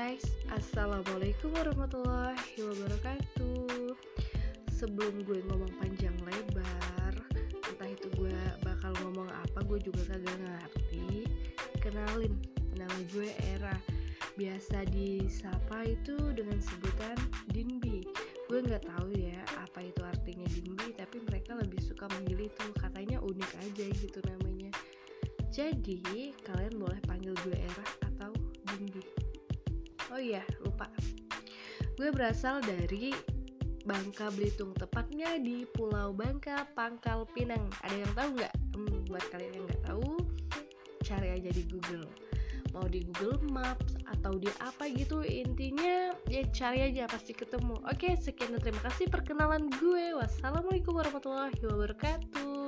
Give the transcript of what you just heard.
guys, Assalamualaikum warahmatullahi wabarakatuh. Sebelum gue ngomong panjang lebar, entah itu gue bakal ngomong apa, gue juga kagak ngerti. Kenalin, nama gue Era. Biasa disapa itu dengan sebutan Dinbi. Gue gak tahu ya apa itu artinya Dinbi, tapi mereka lebih suka manggil itu. Katanya unik aja gitu namanya. Jadi, kalian boleh panggil gue Era atau Dinbi. Oh iya, lupa. Gue berasal dari Bangka Belitung, tepatnya di Pulau Bangka, Pangkal Pinang. Ada yang tahu nggak? Buat kalian yang nggak tahu, cari aja di Google. Mau di Google Maps atau di apa gitu, intinya ya cari aja pasti ketemu. Oke, sekian dan terima kasih perkenalan gue. Wassalamualaikum warahmatullahi wabarakatuh.